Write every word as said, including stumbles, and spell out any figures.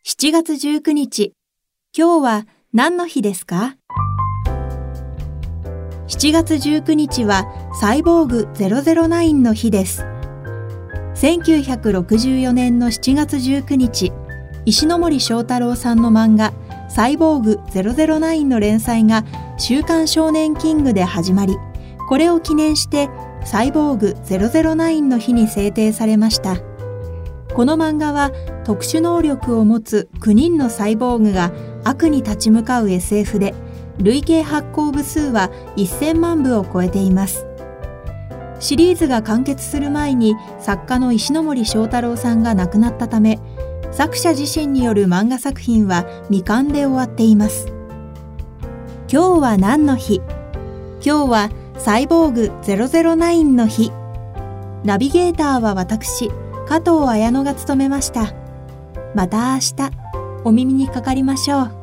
しちがつじゅうくにち、今日は何の日ですか？しちがつじゅうくにちはサイボーグゼロゼロナインの日です。せんきゅうひゃくろくじゅうよねんのしちがつじゅうくにち、石ノ森章太郎さんの漫画サイボーグゼロゼロナインの連載が週刊少年キングで始まり、これを記念してサイボーグゼロゼロナインの日に制定されました。この漫画は特殊能力を持つきゅうにんのサイボーグが悪に立ち向かう エスエフ で、累計発行部数はせんまんぶを超えています。シリーズが完結する前に作家の石ノ森章太郎さんが亡くなったため、作者自身による漫画作品は未完で終わっています。今日は何の日？今日はサイボーグゼロゼロナインの日。ナビゲーターは私、加藤綾乃が務めました。また明日、お耳にかかりましょう。